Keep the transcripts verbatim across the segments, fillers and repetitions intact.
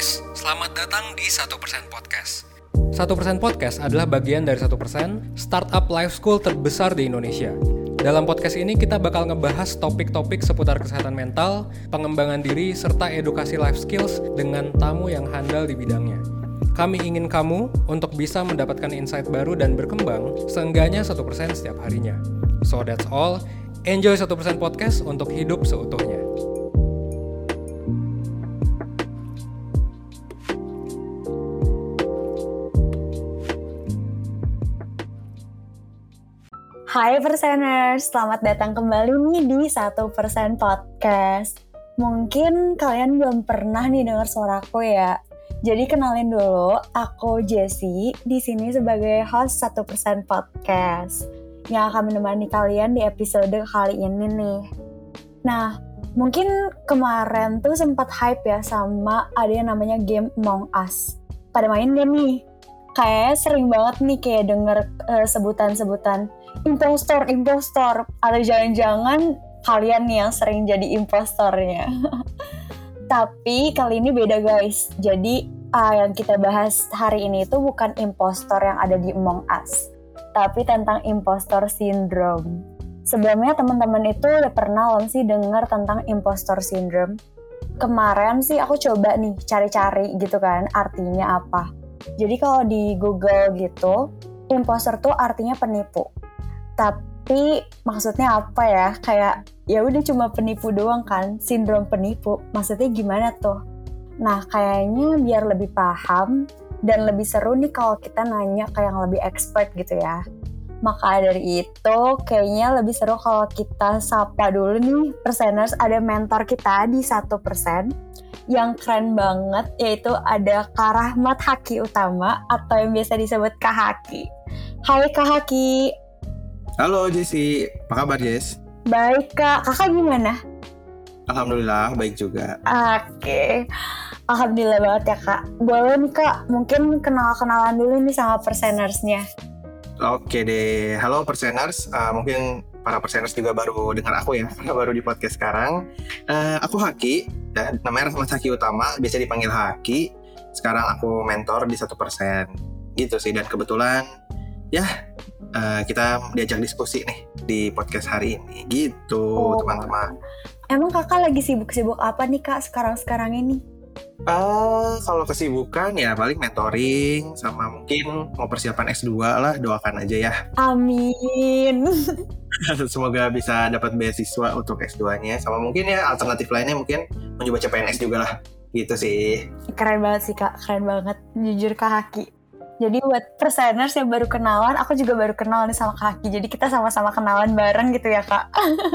guys, selamat datang di satu persen Podcast. satu persen Podcast adalah bagian dari satu persen startup life school terbesar di Indonesia. Dalam podcast ini kita bakal ngebahas topik-topik seputar kesehatan mental, pengembangan diri, serta edukasi life skills dengan tamu yang handal di bidangnya. Kami ingin kamu untuk bisa mendapatkan insight baru dan berkembang seenggaknya satu persen setiap harinya. So that's all, enjoy satu persen Podcast untuk hidup seutuhnya. Hai Perseners, selamat datang kembali nih di satu persen Podcast. Mungkin kalian belum pernah nih dengar suaraku ya. Jadi kenalin dulu, aku Jessie di sini sebagai host satu persen Podcast yang akan menemani kalian di episode kali ini nih. Nah, mungkin kemarin tuh sempat hype ya sama ada yang namanya game Among Us. Pada main gak nih? Kayaknya sering banget nih kayak denger uh, sebutan-sebutan impostor, impostor, atau jangan-jangan kalian nih yang sering jadi impostornya. Tapi kali ini beda guys. Jadi uh, yang kita bahas hari ini itu bukan impostor yang ada di Among Us, tapi tentang impostor syndrome. Sebelumnya teman-teman itu udah pernah belum sih dengar tentang impostor syndrome? Kemarin sih aku coba nih cari-cari gitu kan artinya apa. Jadi kalau di Google gitu, imposter tuh artinya penipu. Tapi maksudnya apa ya? Kayak ya udah cuma penipu doang kan, sindrom penipu. Maksudnya gimana tuh? Nah, kayaknya biar lebih paham dan lebih seru nih kalau kita nanya ke yang lebih expert gitu ya. Maka dari itu kayaknya lebih seru kalau kita sapa dulu nih Perseners, ada mentor kita di satu persen yang keren banget, yaitu ada Kak Rahmat Haki Utama atau yang biasa disebut Kak Haki. Hai Kak Haki. Halo Jessie, apa kabar Jess? Baik Kak, kakak gimana? Alhamdulillah, baik juga. Oke, alhamdulillah banget ya Kak. Boleh nih Kak, mungkin kenal-kenalan dulu nih sama Persenersnya. Oke deh, halo Perseners, uh, mungkin para Perseners juga baru dengar aku ya, karena baru di podcast sekarang. Uh, aku Haki, ya, namanya Rahmat Haki Utama, biasa dipanggil Haki. Sekarang aku mentor di satu persen, gitu sih. Dan kebetulan, ya uh, kita diajak diskusi nih di podcast hari ini, gitu oh. teman-teman. Emang kakak lagi sibuk-sibuk apa nih Kak sekarang-sekarang ini? Uh, kalau kesibukan ya paling mentoring sama mungkin mau persiapan S dua lah, doakan aja ya. Amin. Semoga bisa dapat beasiswa untuk S dua-nya sama mungkin ya alternatif lainnya mungkin mencoba C P N S juga lah. Gitu sih. Keren banget sih Kak, keren banget. Jujur Kak Haki. Jadi buat Perseners yang baru kenalan, aku juga baru kenal nih sama Kak Haki. Jadi kita sama-sama kenalan bareng gitu ya Kak.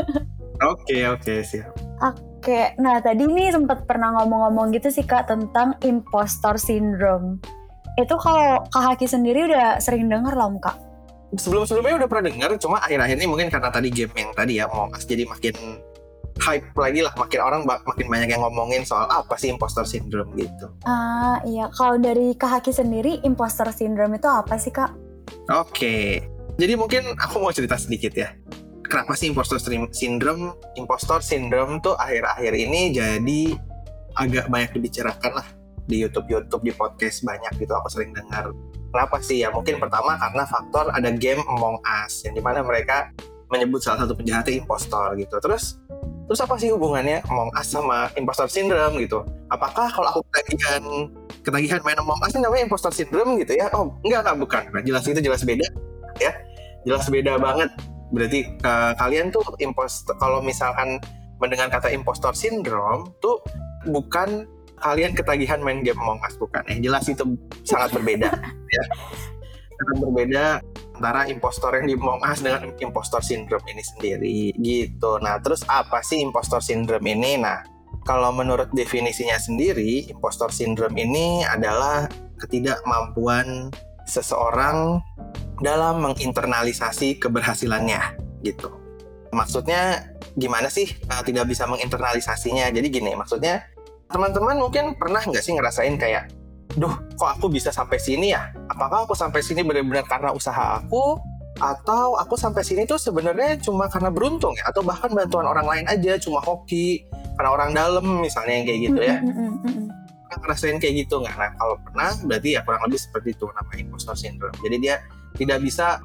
Oke, oke, siap. Oke, nah tadi nih sempat pernah ngomong-ngomong gitu sih Kak tentang impostor syndrome. Itu kalau Kak Haki sendiri udah sering denger belum Kak? Sebelum-sebelumnya udah pernah denger, cuma akhir-akhir ini mungkin karena tadi game yang tadi ya Among Us jadi makin hype lagi lah, makin orang makin banyak yang ngomongin soal apa sih impostor syndrome gitu. Ah iya, kalau dari Kak Haki sendiri impostor syndrome itu apa sih Kak? Oke, jadi mungkin aku mau cerita sedikit ya. Kenapa sih impostor syndrome? Impostor syndrome tuh akhir-akhir ini jadi agak banyak dibicarakan lah di YouTube-YouTube, di podcast banyak gitu aku sering dengar. Kenapa sih ya? Mungkin pertama karena faktor ada game Among Us yang dimana mereka menyebut salah satu penjahatnya impostor gitu. Terus terus apa sih hubungannya Among Us sama impostor syndrome gitu? Apakah kalau aku ketagihan ketagihan main Among Us ini namanya impostor syndrome gitu ya? Oh enggak enggak bukan. Jelas itu jelas beda ya. Jelas beda banget. Berarti uh, kalian tuh impostor, kalau misalkan mendengar kata impostor syndrome tuh bukan kalian ketagihan main game Among Us, bukan. Eh jelas itu sangat berbeda ya. Sangat berbeda antara impostor yang di Among Us dengan impostor syndrome ini sendiri gitu. Nah, terus apa sih impostor syndrome ini? Nah, kalau menurut definisinya sendiri, impostor syndrome ini adalah ketidakmampuan seseorang dalam menginternalisasi keberhasilannya gitu. Maksudnya gimana sih uh, tidak bisa menginternalisasinya? Jadi gini, maksudnya teman-teman mungkin pernah nggak sih ngerasain kayak, duh kok aku bisa sampai sini ya? Apakah aku sampai sini benar-benar karena usaha aku? Atau aku sampai sini tuh sebenarnya cuma karena beruntung ya? Atau bahkan bantuan orang lain aja, cuma hoki, karena orang dalam misalnya yang kayak gitu ya? ngerasain kayak gitu nggak? Nah kalau pernah berarti ya kurang lebih seperti itu namanya impostor syndrome. Jadi dia tidak bisa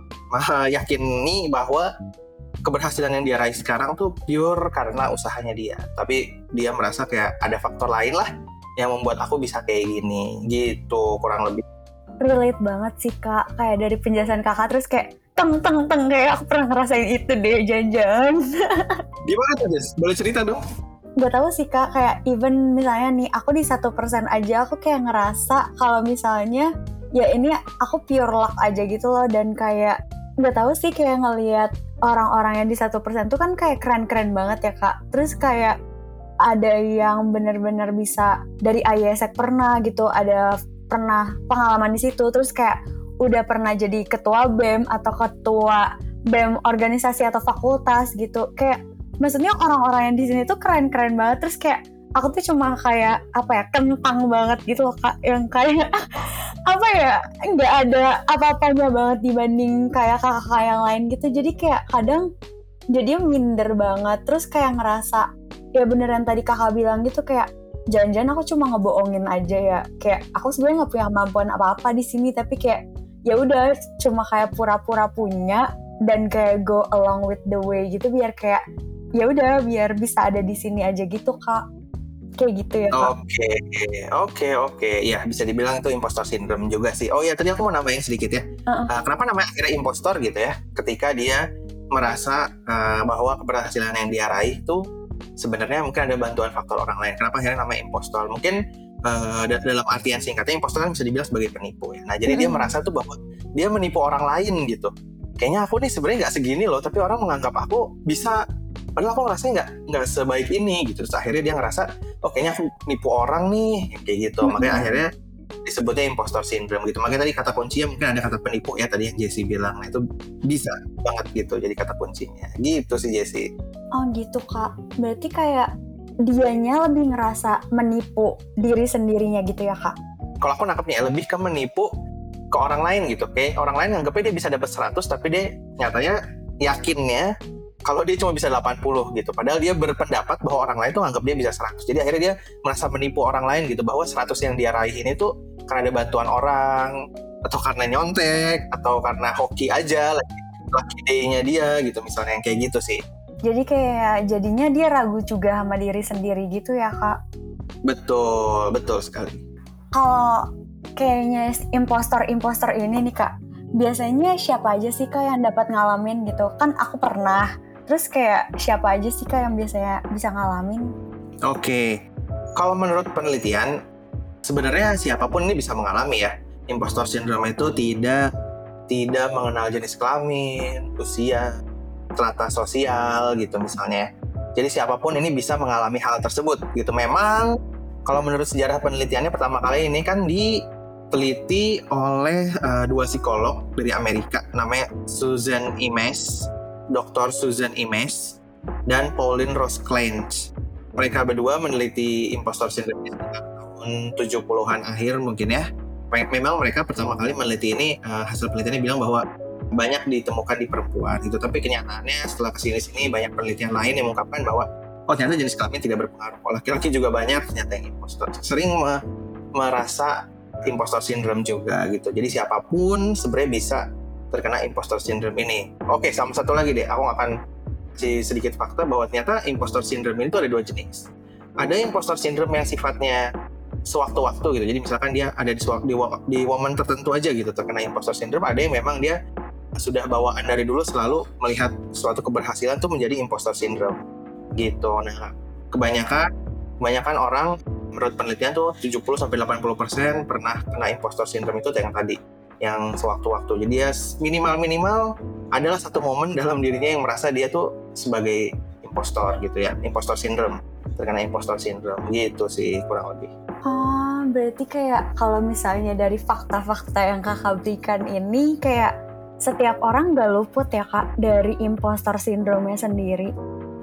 meyakini bahwa keberhasilan yang dia raih sekarang tuh pure karena usahanya dia, tapi dia merasa kayak ada faktor lain lah yang membuat aku bisa kayak gini gitu kurang lebih. Relate banget sih Kak, kayak dari penjelasan Kakak terus kayak teng teng teng kayak aku pernah ngerasain itu deh jangan-jangan. Gimana tuh Jess? Boleh cerita dong? Gak tahu sih Kak, kayak even misalnya nih aku di satu persen aja aku kayak ngerasa kalau misalnya ya ini aku pure luck aja gitu loh, dan kayak gak tahu sih kayak ngelihat orang-orang yang di satu persen tuh kan kayak keren-keren banget ya Kak. Terus kayak ada yang benar-benar bisa dari I E S E C pernah gitu, ada pernah pengalaman di situ, terus kayak udah pernah jadi ketua B E M atau ketua B E M organisasi atau fakultas gitu. Kayak maksudnya orang-orang yang di sini tuh keren-keren banget, terus kayak aku tuh cuma kayak apa ya, kentang banget gitu loh Kak, yang kayak apa ya, nggak ada apa-apanya banget dibanding kayak kakak-kakak yang lain gitu. Jadi kayak kadang jadi minder banget, terus kayak ngerasa ya beneran tadi kakak bilang gitu, kayak jangan-jangan aku cuma ngebohongin aja ya, kayak aku sebenarnya nggak punya kemampuan apa-apa di sini, tapi kayak ya udah cuma kayak pura-pura punya dan kayak go along with the way gitu, biar kayak ya udah biar bisa ada di sini aja gitu Kak. Kayak gitu ya Kak. Oke, oke, oke. Ya bisa dibilang itu impostor syndrome juga sih. Oh ya tadi aku mau nambahin sedikit ya. Uh-uh. Uh, kenapa namanya akhirnya impostor gitu ya? Ketika dia merasa uh, bahwa keberhasilan yang dia raih itu sebenarnya mungkin ada bantuan faktor orang lain. Kenapa akhirnya namanya impostor? Mungkin uh, dalam artian singkatnya impostor kan bisa dibilang sebagai penipu ya. Nah jadi uh-huh. dia merasa tuh bahwa dia menipu orang lain gitu. Kayaknya aku nih sebenarnya nggak segini loh, tapi orang menganggap aku bisa. Padahal aku ngerasanya nggak nggak sebaik ini gitu. Terus akhirnya dia ngerasa, oh kayaknya aku nipu orang nih, kayak gitu. Mm-hmm. Makanya akhirnya disebutnya impostor syndrome gitu. Makanya tadi kata kuncinya mungkin ada kata penipu ya tadi yang Jessie bilang. Nah itu bisa banget gitu jadi kata kuncinya. Gitu sih Jessie. Oh gitu Kak. Berarti kayak dianya lebih ngerasa menipu diri sendirinya gitu ya Kak? Kalau aku nangkepnya lebih ke menipu ke orang lain gitu. Kayak orang lain nganggapnya dia bisa dapat seratus, tapi dia nyatanya yakinnya kalau dia cuma bisa delapan puluh gitu. Padahal dia berpendapat bahwa orang lain tuh nganggap dia bisa seratus. Jadi akhirnya dia merasa menipu orang lain gitu, bahwa seratus yang dia raih ini tuh karena ada bantuan orang, atau karena nyontek, atau karena hoki aja, lucky day-nya dia gitu misalnya, yang kayak gitu sih. Jadi kayak jadinya dia ragu juga sama diri sendiri gitu ya Kak? Betul, betul sekali. Kalau kayaknya impostor-impostor ini nih Kak, biasanya siapa aja sih Kak yang dapat ngalamin gitu? Kan aku pernah. Terus kayak siapa aja sih Kak yang biasanya bisa ngalamin? Oke, kalau menurut penelitian, sebenarnya siapapun ini bisa mengalami ya. Impostor syndrome itu tidak tidak mengenal jenis kelamin, usia, strata sosial gitu misalnya. Jadi siapapun ini bisa mengalami hal tersebut gitu. Memang kalau menurut sejarah penelitiannya pertama kali ini kan diteliti oleh uh, dua psikolog dari Amerika, namanya Susan Imes, doktor Susan Imes dan Pauline Rose Clance. Mereka berdua meneliti impostor syndrome di tahun tujuh puluhan akhir mungkin ya. Memang mereka pertama kali meneliti ini, uh, hasil penelitiannya bilang bahwa banyak ditemukan di perempuan gitu, tapi kenyataannya setelah kesini-sini banyak penelitian lain yang mengungkapkan bahwa oh ternyata jenis kelamin tidak berpengaruh. Laki-laki juga banyak ternyata yang impostor, sering me- merasa impostor syndrome juga gitu. Jadi siapapun sebenarnya bisa terkena impostor syndrome ini. Oke, sama satu lagi deh, aku akan kasih sedikit fakta bahwa ternyata impostor syndrome ini tuh ada dua jenis. Ada impostor syndrome yang sifatnya sewaktu-waktu gitu. Jadi misalkan dia ada di, di, di momen tertentu aja gitu terkena impostor syndrome. Ada yang memang dia sudah bawaan dari dulu selalu melihat suatu keberhasilan tuh menjadi impostor syndrome gitu. Nah, kebanyakan kebanyakan orang menurut penelitian tuh tujuh puluh sampai delapan puluh persen pernah kena impostor syndrome itu yang tadi, yang sewaktu-waktu. Jadi ya minimal-minimal adalah satu momen dalam dirinya yang merasa dia tuh sebagai impostor gitu ya, impostor syndrome, terkena impostor syndrome gitu sih kurang lebih. Oh, berarti kayak kalau misalnya dari fakta-fakta yang kakak berikan ini kayak setiap orang gak luput ya Kak dari impostor syndrome-nya sendiri.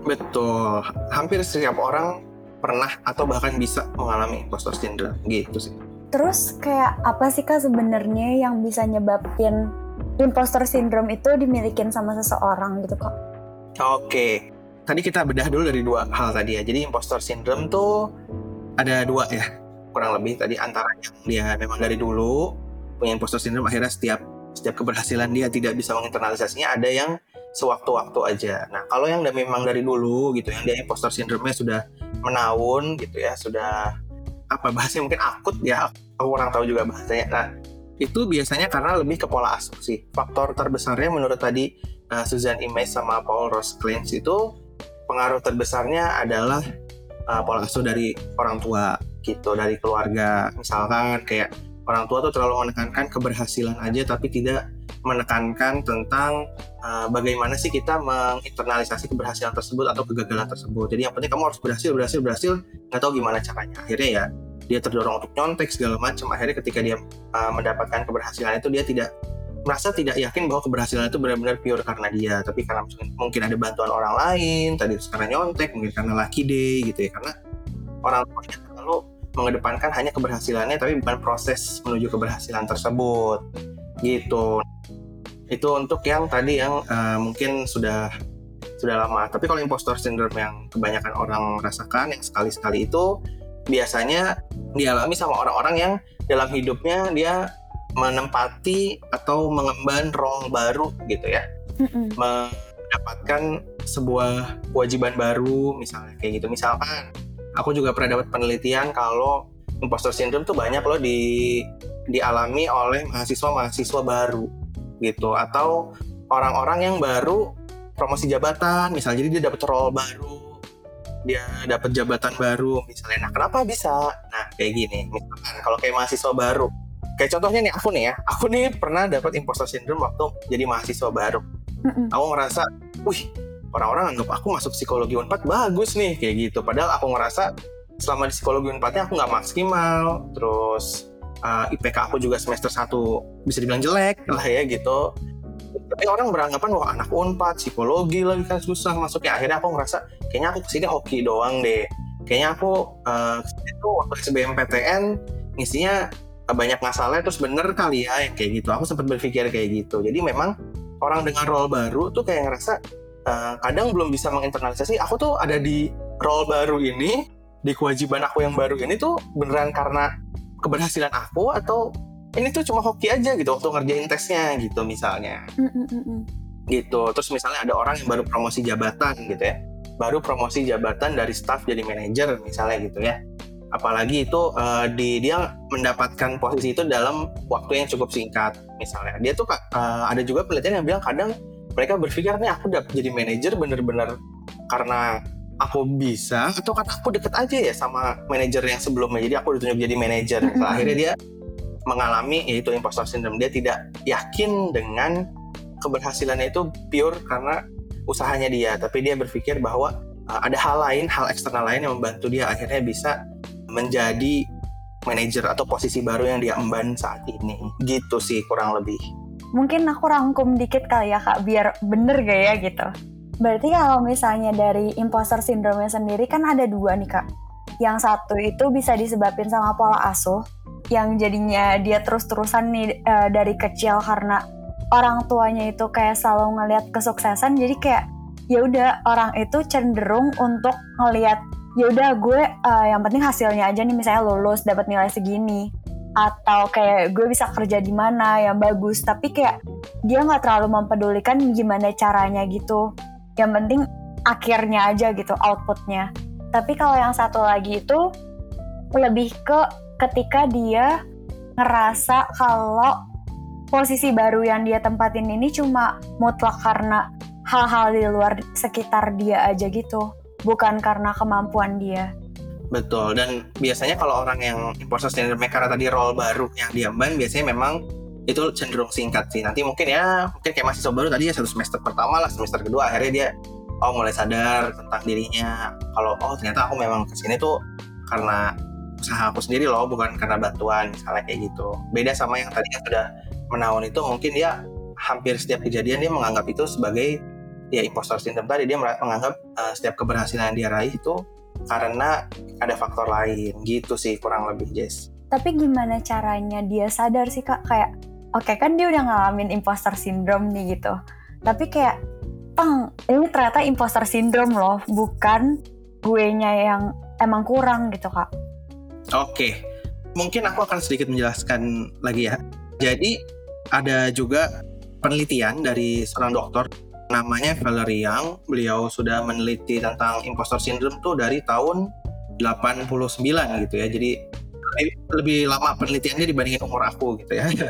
Betul, hampir setiap orang pernah atau bahkan bisa mengalami impostor syndrome gitu sih. Terus kayak apa sih Kak sebenarnya yang bisa nyebabin impostor syndrome itu dimilikin sama seseorang gitu Kak? Oke, tadi kita bedah dulu dari dua hal tadi ya. Jadi impostor syndrome tuh ada dua ya. kurang lebih tadi antara yang dia memang dari dulu punya imposter syndrome, akhirnya setiap setiap keberhasilan dia tidak bisa menginternalisasinya, ada yang sewaktu-waktu aja. Nah, kalau yang memang dari dulu gitu, yang dia imposter syndrome-nya sudah menaun gitu ya, sudah apa bahasanya mungkin akut ya, aku kurang tahu juga bahasanya. Nah, itu biasanya karena lebih ke pola asuh sih. Faktor terbesarnya menurut tadi uh, Susan Imes sama Paul Roseclans itu, pengaruh terbesarnya adalah uh, pola asuh dari orang tua gitu, dari keluarga. Misalkan kayak orang tua tuh terlalu menekankan keberhasilan aja, tapi tidak menekankan tentang uh, bagaimana sih kita menginternalisasi keberhasilan tersebut atau kegagalan tersebut. Jadi yang penting kamu harus berhasil, berhasil, berhasil, nggak tahu gimana caranya. Akhirnya ya dia terdorong untuk nyontek segala macam. Akhirnya ketika dia uh, mendapatkan keberhasilan itu, dia tidak merasa tidak yakin bahwa keberhasilan itu benar-benar pure karena dia, tapi karena mungkin ada bantuan orang lain, tadi karena nyontek, mungkin karena lucky day gitu ya, karena orang tuanya terlalu mengedepankan hanya keberhasilannya tapi bukan proses menuju keberhasilan tersebut gitu. Itu untuk yang tadi yang uh, mungkin sudah sudah lama. Tapi kalau imposter syndrome yang kebanyakan orang rasakan, yang sekali-sekali itu biasanya dialami sama orang-orang yang dalam hidupnya dia menempati atau mengemban role baru gitu ya. Mm-mm. Mendapatkan sebuah kewajiban baru misalnya kayak gitu. Misalkan aku juga pernah dapat penelitian kalau imposter syndrome tuh banyak loh di dialami oleh mahasiswa-mahasiswa baru gitu, atau orang-orang yang baru promosi jabatan misalnya, jadi dia dapat role baru, dia dapat jabatan baru misalnya. Nah, kenapa bisa? Nah, kayak gini, misalkan kalau kayak mahasiswa baru, kayak contohnya nih aku nih ya, aku nih pernah dapat imposter syndrome waktu jadi mahasiswa baru. Mm-mm. Aku ngerasa, wih, orang-orang anggap aku masuk psikologi Unpad bagus nih kayak gitu, padahal aku ngerasa selama di psikologi Unpadnya aku nggak maksimal, terus uh, I P K aku juga semester satu bisa dibilang jelek lah ya gitu. Tapi orang beranggapan wah anak Unpad psikologi lagi kan susah masuknya. Akhirnya aku ngerasa kayaknya aku kesini hoki doang deh, kayaknya aku uh, kesini tuh waktu S B M P T N ngisinya uh, banyak masalah, terus bener kali ya yang kayak gitu. Aku sempat berpikir kayak gitu. Jadi memang orang dengan role baru tuh kayak ngerasa Uh, kadang belum bisa menginternalisasi, aku tuh ada di role baru ini, di kewajiban aku yang baru ini tuh beneran karena keberhasilan aku, atau ini tuh cuma hoki aja gitu waktu ngerjain tesnya gitu misalnya. Mm-mm. Gitu. Terus misalnya ada orang yang baru promosi jabatan gitu ya, baru promosi jabatan dari staff jadi manajer misalnya gitu ya, apalagi itu uh, di, dia mendapatkan posisi itu dalam waktu yang cukup singkat misalnya. Dia tuh uh, ada juga penelitian yang bilang kadang mereka berpikir nih aku dapat jadi manajer bener-bener karena aku bisa, atau karena aku deket aja ya sama manajer yang sebelumnya, jadi aku ditunjuk jadi manajer. Mm-hmm. Akhirnya dia mengalami yaitu imposter syndrome. Dia tidak yakin dengan keberhasilannya itu pure karena usahanya dia, tapi dia berpikir bahwa uh, ada hal lain, hal eksternal lain yang membantu dia akhirnya bisa menjadi manajer atau posisi baru yang dia emban saat ini. Gitu sih kurang lebih. Mungkin aku rangkum dikit kali ya Kak, biar bener gak ya gitu. Berarti kalau misalnya dari imposter syndrome sendiri kan ada dua nih Kak. Yang satu itu bisa disebabin sama pola asuh, yang jadinya dia terus-terusan nih uh, dari kecil karena orang tuanya itu kayak selalu ngelihat kesuksesan, jadi kayak ya udah orang itu cenderung untuk ngelihat ya udah gue uh, yang penting hasilnya aja nih, misalnya lulus dapat nilai segini, atau kayak gue bisa kerja di mana yang bagus, tapi kayak dia nggak terlalu mempedulikan gimana caranya gitu, yang penting akhirnya aja gitu, outputnya. Tapi kalau yang satu lagi itu lebih ke ketika dia ngerasa kalau posisi baru yang dia tempatin ini cuma mutlak karena hal-hal di luar sekitar dia aja gitu, bukan karena kemampuan dia. Betul, dan biasanya kalau orang yang imposter syndrome karena tadi role baru yang diemban, biasanya memang itu cenderung singkat sih. Nanti mungkin ya, mungkin kayak mahasiswa baru tadi ya satu semester pertama lah, semester kedua akhirnya dia oh mulai sadar tentang dirinya. Kalau oh ternyata aku memang kesini tuh karena usaha aku sendiri loh, bukan karena bantuan misalnya kayak gitu. Beda sama yang tadi yang sudah menaun itu, mungkin dia hampir setiap kejadian dia menganggap itu sebagai ya imposter syndrome tadi. Dia menganggap uh, setiap keberhasilan yang dia raih itu karena ada faktor lain gitu sih kurang lebih, Jess. Tapi gimana caranya dia sadar sih Kak? Kayak oke okay, kan dia udah ngalamin imposter syndrome nih gitu, tapi kayak peng ini ternyata imposter syndrome loh, bukan guenya yang emang kurang gitu Kak. Oke, okay. mungkin aku akan sedikit menjelaskan lagi ya. Jadi ada juga penelitian dari seorang dokter namanya Valerie Young. Beliau sudah meneliti tentang imposter syndrome tuh dari tahun delapan puluh sembilan gitu ya. Jadi lebih, lebih lama penelitiannya dibandingin umur aku gitu ya.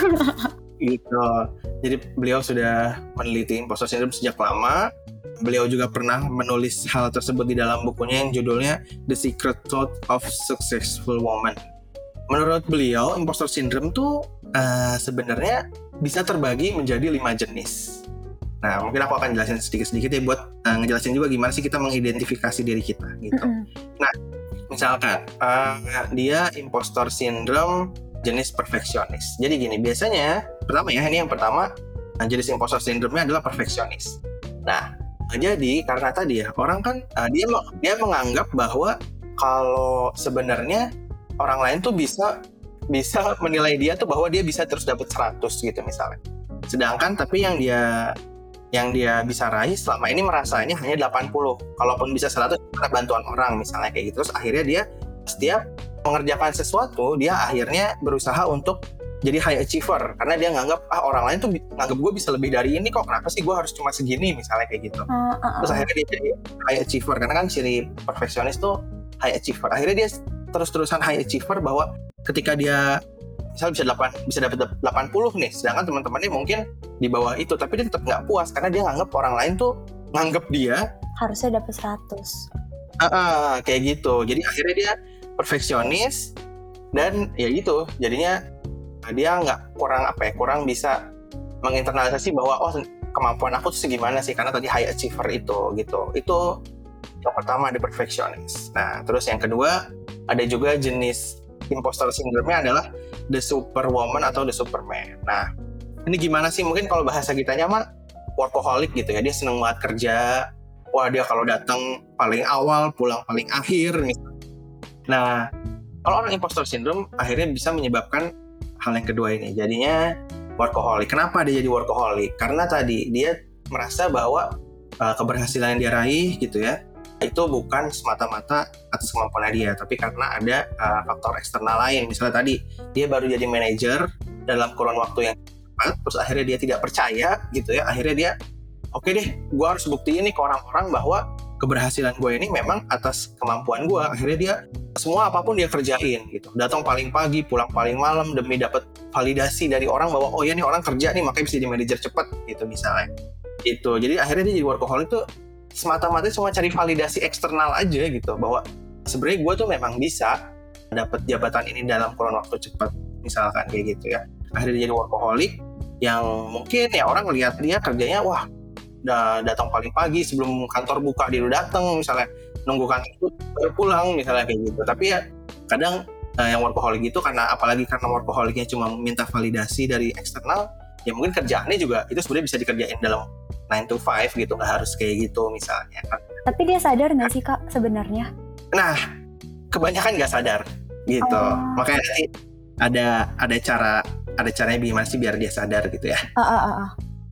Gitu. Jadi beliau sudah meneliti imposter syndrome sejak lama. Beliau juga pernah menulis hal tersebut di dalam bukunya yang judulnya The Secret Thought of Successful Woman. Menurut beliau, imposter syndrome tuh uh, sebenarnya bisa terbagi menjadi lima jenis. Nah, mungkin aku akan jelasin sedikit-sedikit ya buat uh, ngejelasin juga gimana sih kita mengidentifikasi diri kita gitu. Mm-hmm. Nah, misalkan uh, dia imposter syndrome jenis perfeksionis. Jadi gini, biasanya pertama ya, ini yang pertama, nah, jenis imposter syndrome-nya adalah perfeksionis. Nah, jadi karena tadi ya, orang kan uh, dia dia menganggap bahwa kalau sebenarnya orang lain tuh bisa bisa menilai dia tuh bahwa dia bisa terus dapat seratus gitu misalnya. Sedangkan tapi yang dia yang dia bisa raih selama ini merasanya hanya delapan puluh. Kalaupun bisa seratus karena bantuan orang misalnya kayak gitu. Terus akhirnya dia setiap mengerjakan sesuatu dia akhirnya berusaha untuk jadi high achiever karena dia nganggap ah orang lain tuh nganggap gue bisa lebih dari ini kok, kenapa sih gue harus cuma segini misalnya kayak gitu. Uh, uh, uh. Terus akhirnya dia jadi high achiever karena kan ciri perfeksionis tuh high achiever. Akhirnya dia terus-terusan high achiever bahwa ketika dia misalnya bisa delapan bisa dapat delapan puluh nih, sedangkan teman-temannya mungkin di bawah itu, tapi dia tetap nggak puas karena dia nganggap orang lain tuh nganggap dia harusnya dapat seratus. Uh, uh, kayak gitu. Jadi akhirnya dia perfeksionis dan ya gitu. Jadinya dia nggak kurang apa ya kurang bisa menginternalisasi bahwa oh kemampuan aku tuh segimana sih karena tadi high achiever itu gitu. Itu yang pertama ada perfeksionis. Nah terus yang kedua ada juga jenis imposter syndrome-nya adalah the superwoman atau the superman. Nah ini gimana sih, mungkin kalau bahasa kitanya mah workaholic gitu ya, dia seneng banget kerja. Wah dia kalau datang paling awal pulang paling akhir misalnya. Nah kalau orang imposter syndrome akhirnya bisa menyebabkan hal yang kedua ini, jadinya workaholic. Kenapa dia jadi workaholic? Karena tadi dia merasa bahwa uh, keberhasilan yang dia raih gitu ya itu bukan semata-mata atas kemampuan dia, tapi karena ada uh, faktor eksternal lain. Misalnya tadi dia baru jadi manajer dalam kurun waktu yang cepat, terus akhirnya dia tidak percaya gitu ya, akhirnya dia oke okay deh, gue harus buktiin nih ke orang-orang bahwa keberhasilan gue ini memang atas kemampuan gue. Akhirnya dia semua apapun dia kerjain gitu, datang paling pagi pulang paling malam demi dapat validasi dari orang bahwa oh ya nih orang kerja nih makanya bisa jadi manajer cepat gitu misalnya. Itu jadi akhirnya dia jadi workaholic tuh semata-mata cuma cari validasi eksternal aja gitu, bahwa sebenarnya gue tuh memang bisa dapat jabatan ini dalam kurun waktu cepat misalkan kayak gitu ya. Akhirnya dia jadi workaholic yang mungkin ya orang ngelihat dia kerjanya wah udah datang paling pagi sebelum kantor buka dia udah datang misalnya, nunggu kantor baru pulang misalnya kayak gitu. Tapi ya kadang uh, yang workaholic itu karena apalagi karena workaholicnya cuma minta validasi dari eksternal, ya mungkin kerjaannya juga itu sebenarnya bisa dikerjain dalam nine to five gitu, nggak harus kayak gitu misalnya. Tapi dia sadar nggak sih Kak sebenarnya? Nah, kebanyakan nggak sadar gitu. Oh. Makanya nanti ada ada cara ada caranya gimana sih biar dia sadar gitu ya. Uh, uh, uh, uh.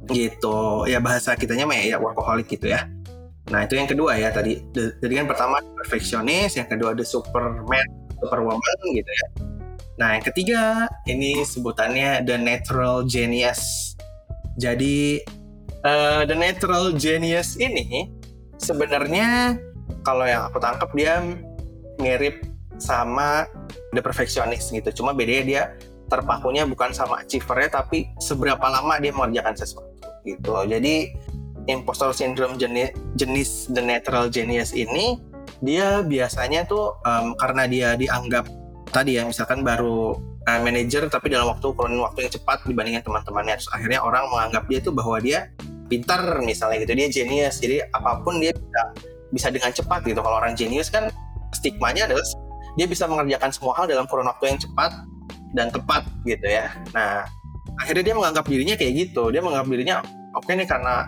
Gitu. Ya bahasa kitanya mah ya workaholic gitu ya. Nah itu yang kedua ya tadi. Jadi kan pertama perfeksionis, yang kedua the superman, superwoman gitu ya. Nah yang ketiga ini sebutannya the natural genius. Jadi Uh, the natural genius ini sebenarnya kalau yang aku tangkap dia mirip sama the perfectionist gitu. Cuma bedanya dia terpakunya bukan sama achiever-nya tapi seberapa lama dia mengerjakan sesuatu gitu. Jadi imposter syndrome jenis, jenis the natural genius ini dia biasanya tuh um, karena dia dianggap tadi ya misalkan baru uh, manajer tapi dalam waktu kurun waktu yang cepat dibandingkan teman-temannya, terus akhirnya orang menganggap dia tuh bahwa dia pintar misalnya gitu, dia genius, jadi apapun dia bisa bisa dengan cepat gitu. Kalau orang genius kan stigmanya adalah dia bisa mengerjakan semua hal dalam kurun waktu yang cepat dan tepat gitu ya. Nah akhirnya dia menganggap dirinya kayak gitu, dia menganggap dirinya oke okay nih karena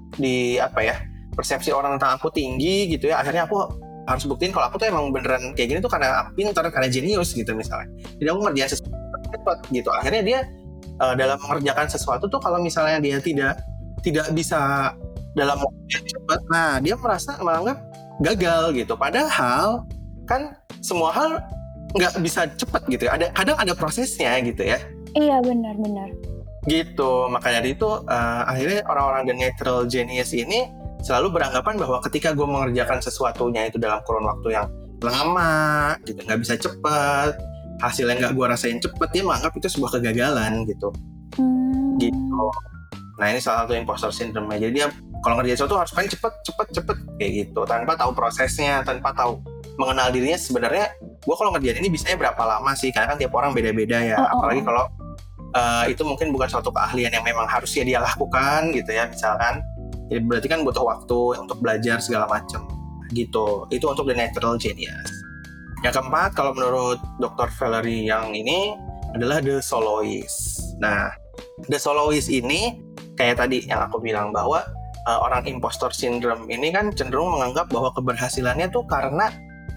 di apa ya persepsi orang tentang aku tinggi gitu ya, akhirnya aku harus buktiin kalau aku tuh emang beneran kayak gini tuh karena aku pintar, karena genius gitu misalnya. Jadi aku ngerjain sesuatu cepat gitu. Akhirnya dia uh, dalam mengerjakan sesuatu tuh kalau misalnya dia tidak tidak bisa dalam waktu yang cepat, nah dia merasa menganggap gagal gitu. Padahal kan semua hal nggak bisa cepet gitu ya. Ada kadang ada prosesnya gitu ya. Iya benar-benar. Gitu, makanya dari itu uh, akhirnya orang-orang the natural genius ini selalu beranggapan bahwa ketika gue mengerjakan sesuatunya itu dalam kurun waktu yang lama, gitu, nggak bisa cepet, hasilnya nggak gue rasain cepet, dia menganggap itu sebuah kegagalan gitu. Hmm. Gitu. Nah ini salah satu imposter syndrome. Jadi dia kalau ngerjain sesuatu harus pengen cepet, cepet, cepet kayak gitu, tanpa tahu prosesnya, tanpa tahu mengenal dirinya sebenarnya. Gue kalau ngerjain ini bisanya berapa lama sih? Karena kan tiap orang beda-beda ya. Oh, oh, Apalagi oh. kalau uh, itu mungkin bukan suatu keahlian yang memang harusnya dia lakukan gitu ya, misalkan. Jadi berarti kan butuh waktu untuk belajar segala macam gitu. Itu untuk the natural genius. Yang keempat, kalau menurut dokter Valerie yang ini adalah the soloist. Nah, the soloist ini kayak tadi yang aku bilang bahwa uh, orang impostor syndrome ini kan cenderung menganggap bahwa keberhasilannya tuh karena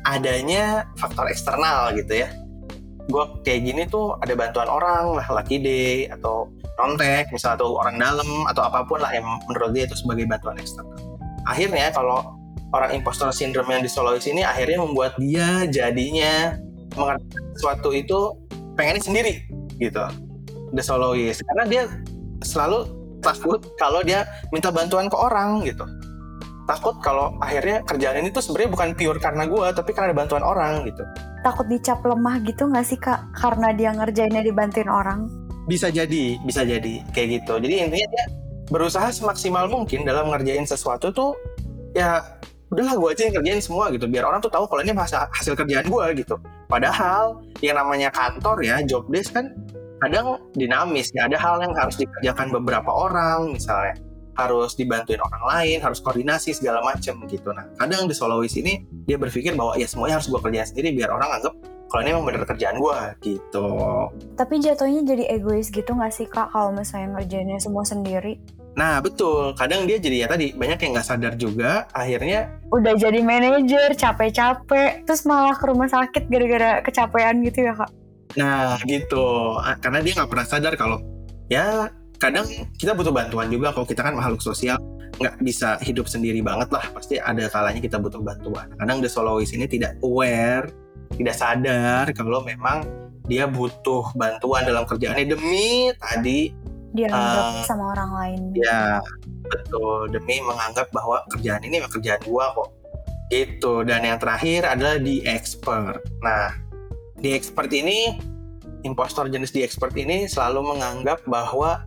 adanya faktor eksternal gitu ya. Gue kayak gini tuh ada bantuan orang lah, lucky day atau nontek misalnya, atau orang dalam atau apapun lah yang menurut dia itu sebagai bantuan eksternal. Akhirnya kalau orang impostor syndrome yang di soloist ini akhirnya membuat dia jadinya mengerjakan sesuatu itu pengennya sendiri gitu, the soloist, karena dia selalu takut kalau dia minta bantuan ke orang gitu. Takut kalau akhirnya kerjaan ini tuh sebenarnya bukan pure karena gue, tapi karena ada bantuan orang gitu. Takut dicap lemah gitu nggak sih Kak? Karena dia ngerjainnya dibantuin orang? Bisa jadi, bisa jadi kayak gitu. Jadi intinya dia berusaha semaksimal mungkin dalam ngerjain sesuatu tuh ya udahlah gue aja yang kerjain semua gitu, biar orang tuh tahu kalau ini hasil, hasil kerjaan gue gitu. Padahal yang namanya kantor ya, job desk kan kadang dinamis ya, ada hal yang harus dikerjakan beberapa orang misalnya, harus dibantuin orang lain, harus koordinasi segala macam gitu. Nah kadang di soloist ini dia berpikir bahwa ya semuanya harus gue kerjain sendiri biar orang anggap kalau ini emang bener kerjaan gue gitu. Tapi jatuhnya jadi egois gitu nggak sih Kak kalau misalnya ngerjainnya semua sendiri? Nah betul, kadang dia jadi ya tadi banyak yang nggak sadar juga, akhirnya udah jadi manajer capek-capek terus malah ke rumah sakit gara-gara kecapean gitu ya Kak? Nah gitu, karena dia nggak pernah sadar kalau ya kadang kita butuh bantuan juga. Kalau kita kan makhluk sosial, nggak bisa hidup sendiri banget lah, pasti ada kalanya kita butuh bantuan. Kadang the soloist ini tidak aware, tidak sadar kalau memang dia butuh bantuan dalam kerjaannya demi tadi dianggap uh, sama orang lain. Ya betul, demi menganggap bahwa kerjaan ini memang kerjaan gua kok gitu. Dan yang terakhir adalah the expert. Nah the expert ini, impostor jenis the expert ini selalu menganggap bahwa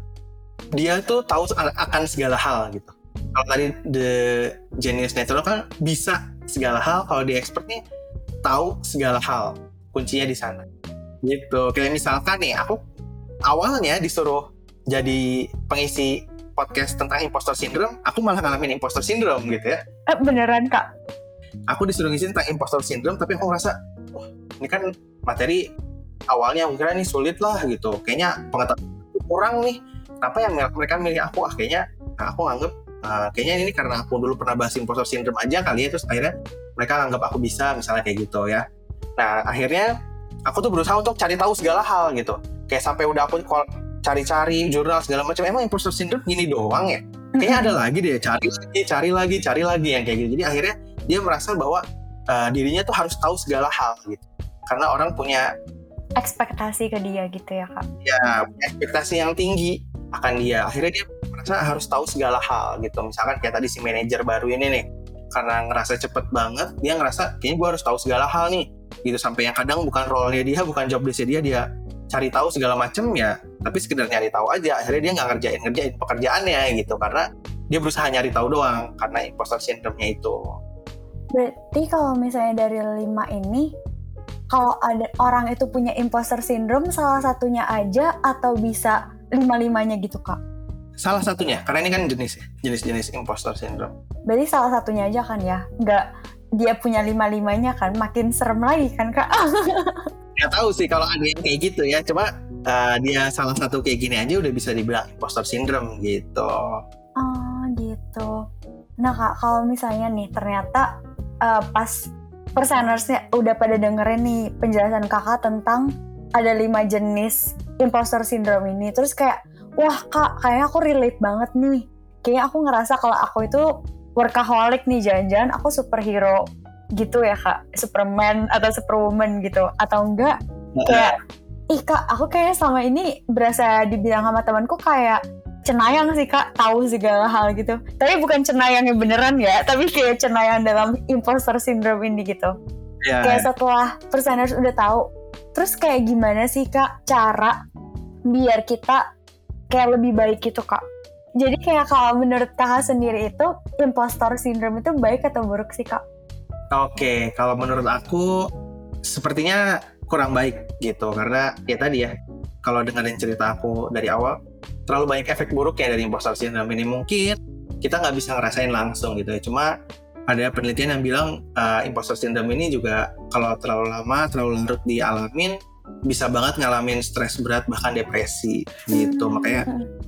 dia tuh tahu akan segala hal gitu. Kalau tadi the genius natural kan bisa segala hal, kalau the expert nih tahu segala hal. Kuncinya di sana gitu. Kayak misalkan nih, aku awalnya disuruh jadi pengisi podcast tentang impostor syndrome, aku malah ngalamin impostor syndrome gitu ya. Eh, beneran Kak? Aku disuruh ngisi tentang impostor syndrome, tapi aku ngerasa, wah ini kan materi awalnya aku kira ini sulit lah gitu. Kayaknya pengetahuan kurang nih. Kenapa yang mereka milih aku? Ah kayaknya, nah aku nganggep uh, kayaknya ini karena aku dulu pernah bahas impostor syndrome aja kali ya. Terus akhirnya mereka anggap aku bisa, misalnya kayak gitu ya. Nah akhirnya aku tuh berusaha untuk cari tahu segala hal gitu. Kayak sampai udah aku cari-cari jurnal segala macam, emang impostor syndrome gini doang ya? Kayaknya ada lagi deh, cari lagi, cari lagi, cari lagi yang kayak gitu. Jadi akhirnya dia merasa bahwa uh, dirinya tuh harus tahu segala hal gitu. Karena orang punya ekspektasi ke dia gitu ya Kak? Ya, punya ekspektasi yang tinggi akan dia. Akhirnya dia merasa harus tahu segala hal gitu. Misalkan kayak tadi si manajer baru ini nih, karena ngerasa cepet banget, dia ngerasa kayaknya gue harus tahu segala hal nih gitu. Sampai yang kadang bukan role-nya dia, bukan job desk-nya dia, dia cari tahu segala macem ya, tapi sekedar nyari tahu aja. Akhirnya dia nggak ngerjain ngerjain pekerjaannya gitu, karena dia berusaha nyari tahu doang karena impostor syndrome-nya itu. Berarti kalau misalnya dari lima ini, kalau ada orang itu punya imposter syndrome salah satunya aja atau bisa lima-limanya gitu Kak? Salah satunya, karena ini kan jenis jenis-jenis impostor syndrome. Berarti salah satunya aja kan ya? Nggak dia punya lima-limanya kan? Makin serem lagi kan Kak? Nggak tahu sih kalau ada yang kayak gitu ya, cuma uh, dia salah satu kayak gini aja udah bisa dibilang impostor syndrome gitu. Oh gitu. Nah Kak, kalau misalnya nih ternyata uh, pas persenersnya udah pada dengerin nih penjelasan kakak tentang ada lima jenis impostor syndrome ini, terus kayak wah Kak, kayaknya aku relate banget nih. Kayaknya aku ngerasa kalau aku itu workaholic nih, jangan-jangan aku superhero gitu ya kak, Superman atau Superwoman gitu, atau enggak kayak ih kak aku kayaknya selama ini berasa dibilang sama temanku kayak cenayang sih kak, tahu segala hal gitu, tapi bukan cenayang yang beneran ya, tapi kayak cenayang dalam imposter syndrome ini gitu. Yeah. Kayak setelah perseners udah tahu, terus kayak gimana sih kak cara biar kita kayak lebih baik gitu kak? Jadi kayak kalau menurut kakak sendiri itu imposter syndrome itu baik atau buruk sih kak? Oke, kalau menurut aku sepertinya kurang baik gitu, karena ya tadi ya, kalau dengerin cerita aku dari awal, terlalu banyak efek buruk ya dari imposter syndrome ini. Mungkin kita nggak bisa ngerasain langsung gitu ya, cuma ada penelitian yang bilang uh, imposter syndrome ini juga kalau terlalu lama, terlalu larut dialamin, bisa banget ngalamin stres berat bahkan depresi gitu. Makanya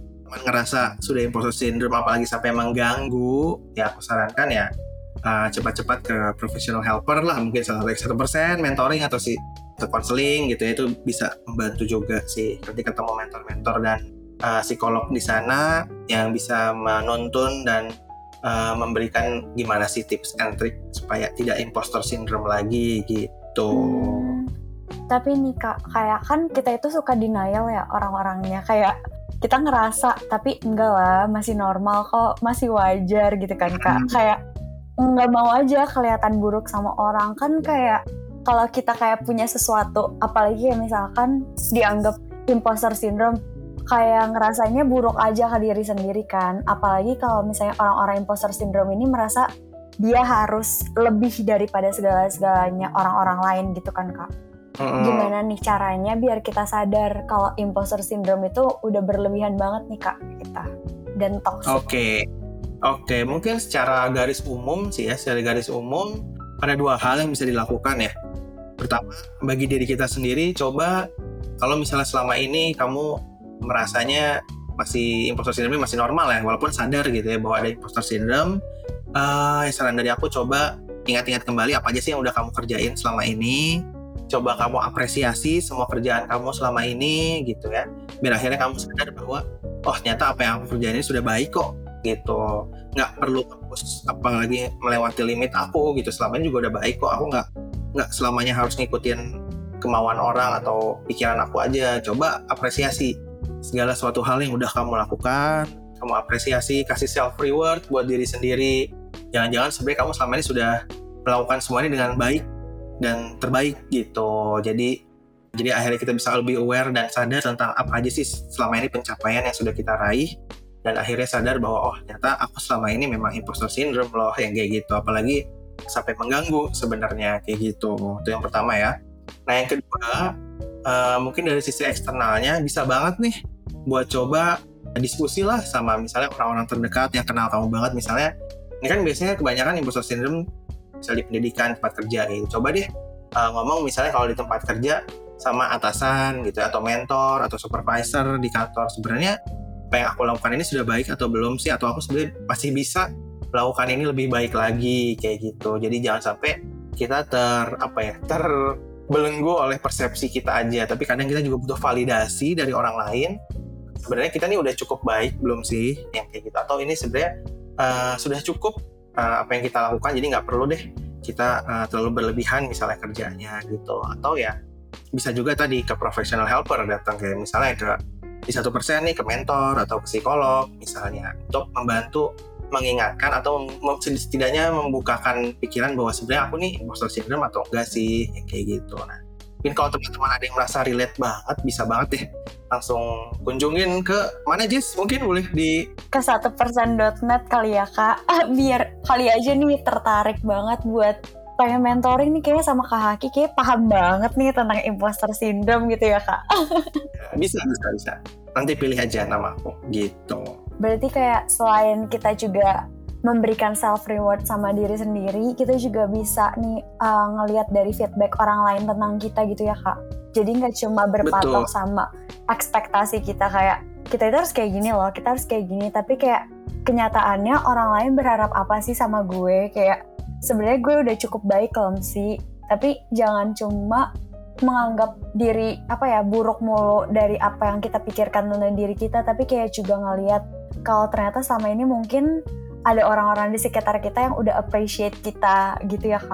ngerasa sudah imposter syndrome apalagi sampai mengganggu, ya aku sarankan ya uh, cepat-cepat ke professional helper lah, mungkin salah satu persen mentoring atau si ke counseling gitu ya, itu bisa membantu juga sih. Nanti ketemu mentor-mentor dan uh, psikolog di sana yang bisa menuntun dan uh, memberikan gimana sih tips and trick supaya tidak imposter syndrome lagi gitu. Hmm, tapi nih kak, kayak kan kita itu suka denial ya orang-orangnya, kayak kita ngerasa tapi enggak lah, masih normal kok, masih wajar gitu kan kak. Hmm. Kayak nggak mau aja kelihatan buruk sama orang kan, kayak kalau kita kayak punya sesuatu, apalagi ya misalkan dianggap imposter syndrome, kayak ngerasanya buruk aja ke diri sendiri kan. Apalagi kalau misalnya orang-orang imposter syndrome ini merasa dia harus lebih daripada segala-segalanya orang-orang lain gitu kan kak. Mm-hmm. Gimana nih caranya biar kita sadar kalau imposter syndrome itu udah berlebihan banget nih kak kita dan toxic. Oke, okay. oke okay. Mungkin secara garis umum sih ya, secara garis umum ada dua hal yang bisa dilakukan ya. Pertama, bagi diri kita sendiri, coba kalau misalnya selama ini kamu merasanya masih imposter syndrome masih normal ya, walaupun sadar gitu ya bahwa ada imposter syndrome, uh, saran dari aku coba ingat-ingat kembali apa aja sih yang udah kamu kerjain selama ini. Coba kamu apresiasi semua kerjaan kamu selama ini gitu ya, biar akhirnya kamu sadar bahwa oh ternyata apa yang aku kerjain ini sudah baik kok gitu, nggak perlu ngapus apalagi melewati limit aku gitu, selama ini juga udah baik kok, aku nggak nggak selamanya harus ngikutin kemauan orang atau pikiran aku aja. Coba apresiasi segala suatu hal yang udah kamu lakukan, kamu apresiasi, kasih self reward buat diri sendiri. Jangan-jangan sebenarnya kamu selama ini sudah melakukan semuanya dengan baik dan terbaik gitu. Jadi jadi akhirnya kita bisa lebih aware dan sadar tentang apa aja sih selama ini pencapaian yang sudah kita raih, dan akhirnya sadar bahwa oh ternyata aku selama ini memang imposter syndrome loh yang kayak gitu, apalagi sampai mengganggu sebenarnya kayak gitu. Itu yang pertama ya. Nah yang kedua, uh, mungkin dari sisi eksternalnya bisa banget nih buat coba diskusi lah sama misalnya orang-orang terdekat yang kenal kamu banget. Misalnya ini kan biasanya kebanyakan imposter syndrome misalnya di pendidikan, tempat kerja gitu. Coba deh uh, ngomong misalnya kalau di tempat kerja sama atasan gitu, atau mentor atau supervisor di kantor, sebenarnya apa yang aku lakukan ini sudah baik atau belum sih, atau aku sebenarnya masih bisa melakukan ini lebih baik lagi kayak gitu. Jadi jangan sampai kita ter apa ya terbelenggu oleh persepsi kita aja, tapi kadang kita juga butuh validasi dari orang lain. Sebenarnya kita ini udah cukup baik belum sih yang kayak gitu, atau ini sebenarnya uh, sudah cukup Uh, apa yang kita lakukan, jadi nggak perlu deh kita uh, terlalu berlebihan misalnya kerjanya gitu. Atau ya bisa juga tadi ke professional helper, datang kayak misalnya ke di satu persen nih ke mentor atau ke psikolog misalnya, untuk membantu mengingatkan atau mem- setidaknya membukakan pikiran bahwa sebenarnya aku nih imposter syndrome atau enggak sih yang kayak gitu. Nah mungkin kalau teman-teman ada yang merasa relate banget, bisa banget deh langsung kunjungin ke mana Jess? Mungkin boleh di ke satu persen dot net kali ya kak, biar kali aja nih tertarik banget buat pengen mentoring nih kayaknya sama Kak Haki, kayak paham banget nih tentang imposter syndrome gitu ya kak. Bisa, bisa, bisa. Nanti pilih aja nama aku gitu. Berarti kayak selain kita juga memberikan self reward sama diri sendiri, kita juga bisa nih uh, ngelihat dari feedback orang lain tentang kita gitu ya kak. Jadi nggak cuma berpatok Betul. sama ekspektasi kita kayak kita itu harus kayak gini loh, kita harus kayak gini, tapi kayak kenyataannya orang lain berharap apa sih sama gue, kayak sebenarnya gue udah cukup baik loh sih, tapi jangan cuma menganggap diri apa ya buruk mulu dari apa yang kita pikirkan tentang diri kita, tapi kayak juga ngelihat kalau ternyata selama ini mungkin ada orang-orang di sekitar kita yang udah appreciate kita gitu ya kak.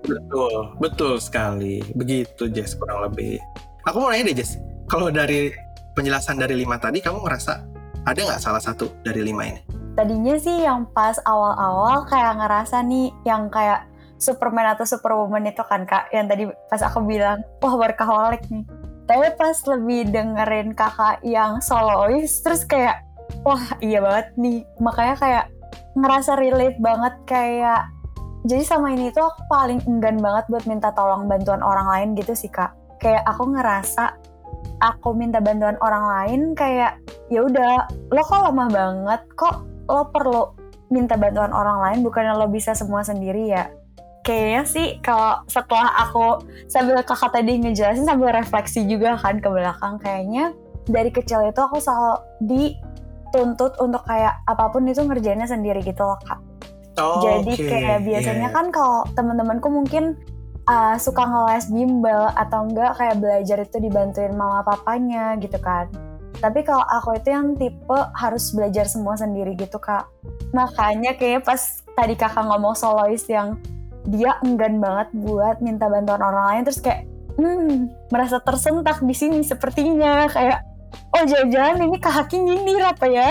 Betul, betul sekali. Begitu Jess kurang lebih. Aku mau nanya deh Jess, kalau dari penjelasan dari lima tadi, kamu ngerasa ada nggak salah satu dari lima ini? Tadinya sih yang pas awal-awal kayak ngerasa nih yang kayak Superman atau Superwoman itu kan Kak, yang tadi pas aku bilang, wah workaholic nih. Tapi pas lebih dengerin kakak yang solois, terus kayak, wah iya banget nih. Makanya kayak ngerasa relate banget kayak, jadi sama ini tuh aku paling enggan banget buat minta tolong bantuan orang lain gitu sih Kak. Kayak aku ngerasa, aku minta bantuan orang lain kayak, ya udah, lo kok lemah banget, kok lo perlu minta bantuan orang lain, bukannya lo bisa semua sendiri ya. Kayaknya sih kalau setelah aku sambil kakak tadi ngejelasin sambil refleksi juga kan ke belakang, kayaknya dari kecil itu aku selalu dituntut untuk kayak apapun itu ngerjainnya sendiri gitu loh Kak. Oh, Jadi okay. kayak biasanya yeah. kan kalau teman-temanku mungkin uh, suka ngeles bimbel atau enggak kayak belajar itu dibantuin mama papanya gitu kan. Tapi kalau aku itu yang tipe harus belajar semua sendiri gitu Kak. Makanya kayaknya pas tadi kakak ngomong solois yang dia enggan banget buat minta bantuan orang lain, terus kayak hmm, merasa tersentak di sini sepertinya kayak oh jangan-jangan ini Kak Haki nyindir apa ya.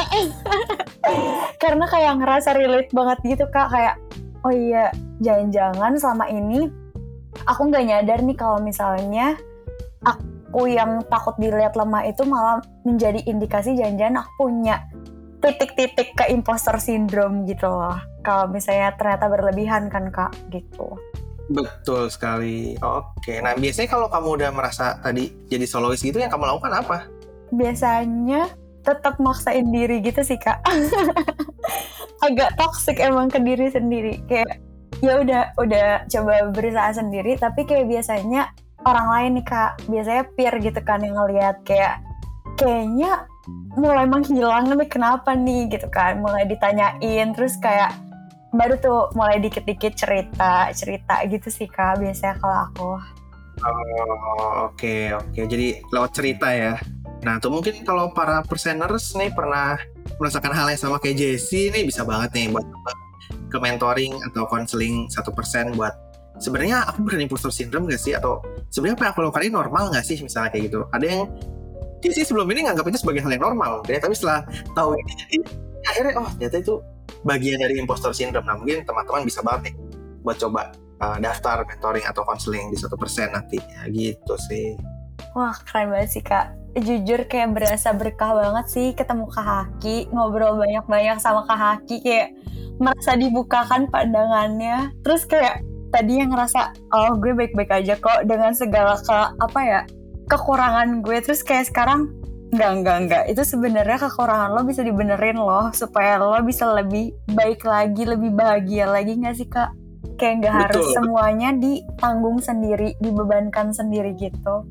Karena kayak ngerasa relate banget gitu Kak, kayak oh iya jangan-jangan selama ini aku nggak nyadar nih kalau misalnya aku yang takut dilihat lemah itu malah menjadi indikasi jangan-jangan aku punya titik-titik ke imposter syndrome gitu loh. Kalau misalnya ternyata berlebihan kan Kak, gitu. Betul sekali. Oke, nah biasanya kalau kamu udah merasa tadi jadi solois gitu, yang kamu lakukan apa? Biasanya tetap maksain diri gitu sih Kak. Agak toxic emang ke diri sendiri. Kayak ya udah udah coba berusaha sendiri, tapi kayak biasanya orang lain nih Kak, biasanya peer gitu kan yang ngelihat kayak kayaknya mulai menghilang nih kenapa nih gitu kan, mulai ditanyain terus kayak baru tuh mulai dikit-dikit cerita cerita gitu sih Kak biasanya kalau aku. Oh oke okay, oke okay. Jadi lewat cerita ya. Nah tuh mungkin kalau para perseners nih pernah merasakan hal yang sama kayak Jessie nih, bisa banget nih buat ke mentoring atau konseling satu persen buat sebenarnya aku beneran imposter syndrome gak sih, atau sebenarnya apa yang aku lakukan ini normal gak sih misalnya kayak gitu. Ada yang Jessie sebelum ini nganggap itu sebagai hal yang normal ya, tapi setelah tahu ini jadi akhirnya oh ternyata itu bagian dari imposter syndrome. Nah mungkin teman-teman bisa banget nih buat coba uh, daftar mentoring atau konseling di satu persen nantinya gitu sih. Wah keren banget sih Kak. Jujur kayak berasa berkah banget sih ketemu Kak Haki, ngobrol banyak-banyak sama Kak Haki, kayak merasa dibukakan pandangannya. Terus kayak tadi yang ngerasa oh gue baik-baik aja kok dengan segala ke apa ya kekurangan gue, terus kayak sekarang enggak enggak enggak itu sebenarnya kekurangan lo bisa dibenerin loh supaya lo bisa lebih baik lagi, lebih bahagia lagi nggak sih Kak? Kayak nggak harus semuanya ditanggung sendiri, dibebankan sendiri gitu.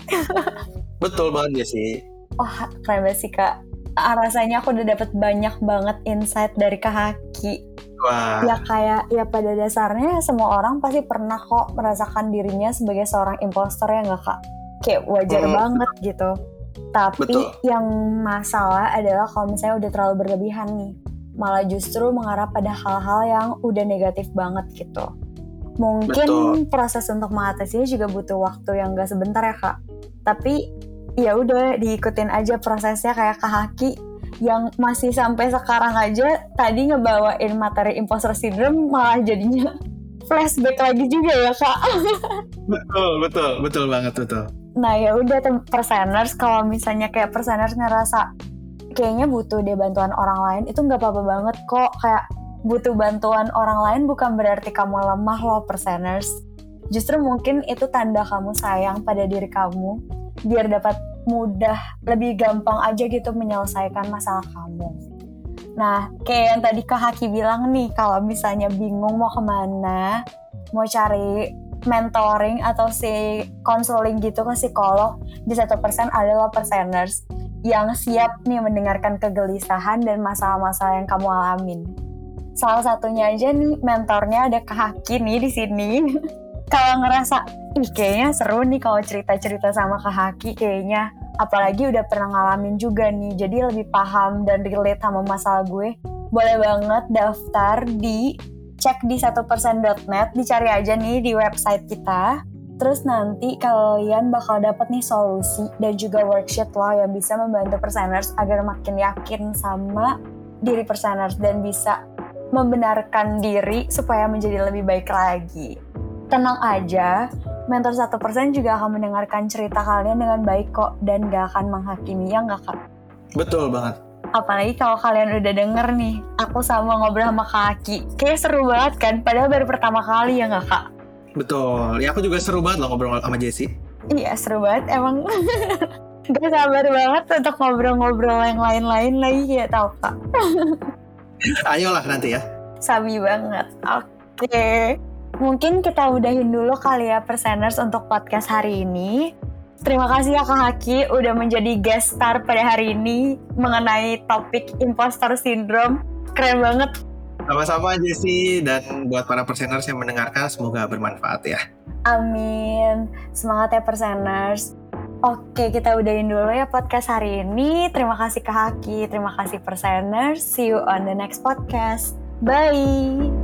Betul banget ya sih. Wah keren banget sih Kak. Rasanya aku udah dapet banyak banget insight dari Kak Haki. Wah. Ya kayak ya pada dasarnya semua orang pasti pernah kok merasakan dirinya sebagai seorang imposter ya nggak Kak? Kayak wajar hmm. banget gitu. Tapi betul. Yang masalah adalah kalau misalnya udah terlalu berlebihan nih, malah justru mengarah pada hal-hal yang udah negatif banget gitu. Mungkin betul. Proses untuk mengatasinya juga butuh waktu yang gak sebentar ya Kak. Tapi ya udah diikutin aja prosesnya kayak Kak Haki yang masih sampai sekarang aja tadi ngebawain materi imposter syndrome malah jadinya flashback lagi juga ya Kak. Betul, betul, betul banget betul. Nah ya udah perseners, kalau misalnya kayak perseners ngerasa kayaknya butuh deh bantuan orang lain, itu nggak apa-apa banget kok. Kayak butuh bantuan orang lain bukan berarti kamu lemah loh perseners. Justru mungkin itu tanda kamu sayang pada diri kamu, biar dapat mudah, lebih gampang aja gitu menyelesaikan masalah kamu. Nah kayak yang tadi Kak Haki bilang nih, kalau misalnya bingung mau kemana, mau cari mentoring atau si konseling gitu ke psikolog, di satu persen adalah perseners yang siap nih mendengarkan kegelisahan dan masalah-masalah yang kamu alamin. Salah satunya aja nih mentornya ada Kak Haki nih di sini. Kalau ngerasa ih kayaknya seru nih kalau cerita-cerita sama Kak Haki, kayaknya apalagi udah pernah ngalamin juga nih, jadi lebih paham dan relate sama masalah gue, boleh banget daftar di cek di satu persen dot net, dicari aja nih di website kita. Terus nanti kalian bakal dapat nih solusi dan juga worksheet loh yang bisa membantu perseners agar makin yakin sama diri perseners dan bisa membenarkan diri supaya menjadi lebih baik lagi. Tenang aja, Mentor satu persen juga akan mendengarkan cerita kalian dengan baik kok dan gak akan menghakimi, ya gak Kak? Betul banget. Apalagi kalau kalian udah denger nih, aku sama ngobrol sama Kak Aki. Kayaknya seru banget kan, padahal baru pertama kali ya gak Kak? Betul, ya aku juga seru banget loh ngobrol sama Jessie. Iya seru banget, emang gak sabar banget untuk ngobrol-ngobrol yang lain-lain lagi ya tau Kak. Ayolah nanti ya. Sabi banget, oke. Mungkin kita udahin dulu kali ya Perseners untuk podcast hari ini. Terima kasih ya Kak Haki udah menjadi guest star pada hari ini mengenai topik imposter syndrome. Keren banget. Sama-sama Jessie, dan buat para perseners yang mendengarkan semoga bermanfaat ya. Amin. Semangat ya Perseners. Oke, kita udahin dulu ya podcast hari ini. Terima kasih Kak Haki, terima kasih Perseners. See you on the next podcast. Bye.